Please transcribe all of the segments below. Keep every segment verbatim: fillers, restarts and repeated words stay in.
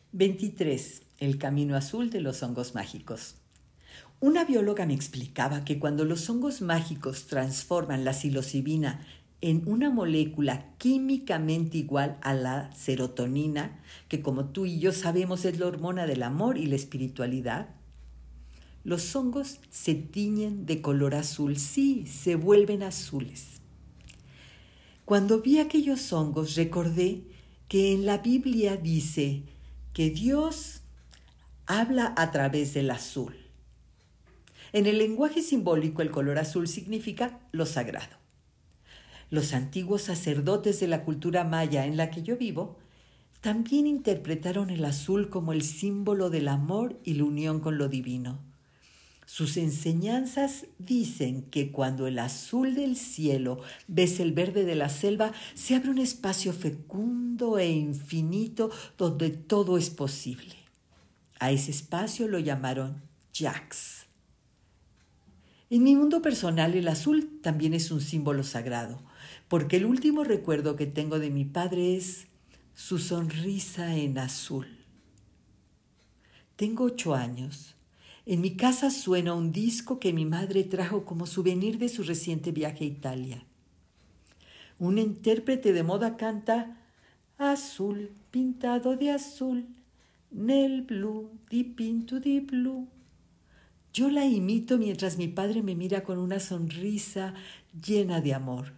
veintitrés. El camino azul de los hongos mágicos. Una bióloga me explicaba que cuando los hongos mágicos transforman la psilocibina en una molécula químicamente igual a la serotonina, que como tú y yo sabemos es la hormona del amor y la espiritualidad, los hongos se tiñen de color azul, sí, se vuelven azules. Cuando vi aquellos hongos recordé que en la Biblia dice que Dios habla a través del azul. En el lenguaje simbólico el color azul significa lo sagrado. Los antiguos sacerdotes de la cultura maya en la que yo vivo también interpretaron el azul como el símbolo del amor y la unión con lo divino. Sus enseñanzas dicen que cuando el azul del cielo besa el verde de la selva, se abre un espacio fecundo e infinito donde todo es posible. A ese espacio lo llamaron Jax. En mi mundo personal el azul también es un símbolo sagrado, porque el último recuerdo que tengo de mi padre es su sonrisa en azul. Tengo ocho años. En mi casa suena un disco que mi madre trajo como souvenir de su reciente viaje a Italia. Un intérprete de moda canta azul pintado de azul, nel blu dipinto di blu. Yo la imito mientras mi padre me mira con una sonrisa llena de amor.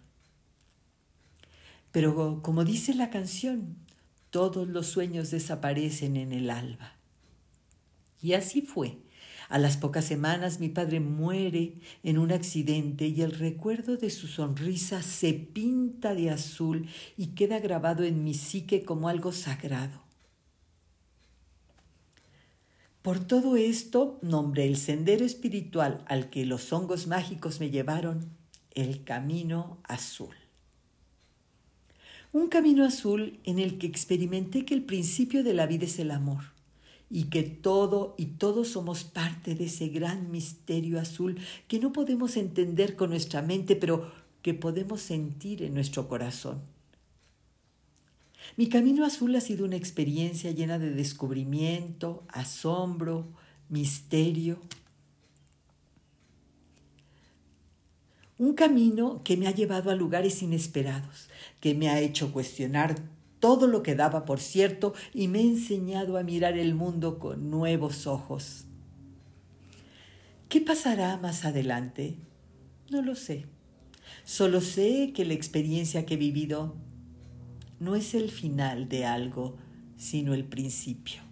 Pero como dice la canción, todos los sueños desaparecen en el alba. Y así fue. A las pocas semanas mi padre muere en un accidente y el recuerdo de su sonrisa se pinta de azul y queda grabado en mi psique como algo sagrado. Por todo esto nombré el sendero espiritual al que los hongos mágicos me llevaron el camino azul. Un camino azul en el que experimenté que el principio de la vida es el amor y que todo y todos somos parte de ese gran misterio azul que no podemos entender con nuestra mente, pero que podemos sentir en nuestro corazón. Mi camino azul ha sido una experiencia llena de descubrimiento, asombro, misterio. Un camino que me ha llevado a lugares inesperados, que me ha hecho cuestionar todo lo que daba por cierto y me ha enseñado a mirar el mundo con nuevos ojos. ¿Qué pasará más adelante? No lo sé. Solo sé que la experiencia que he vivido no es el final de algo, sino el principio.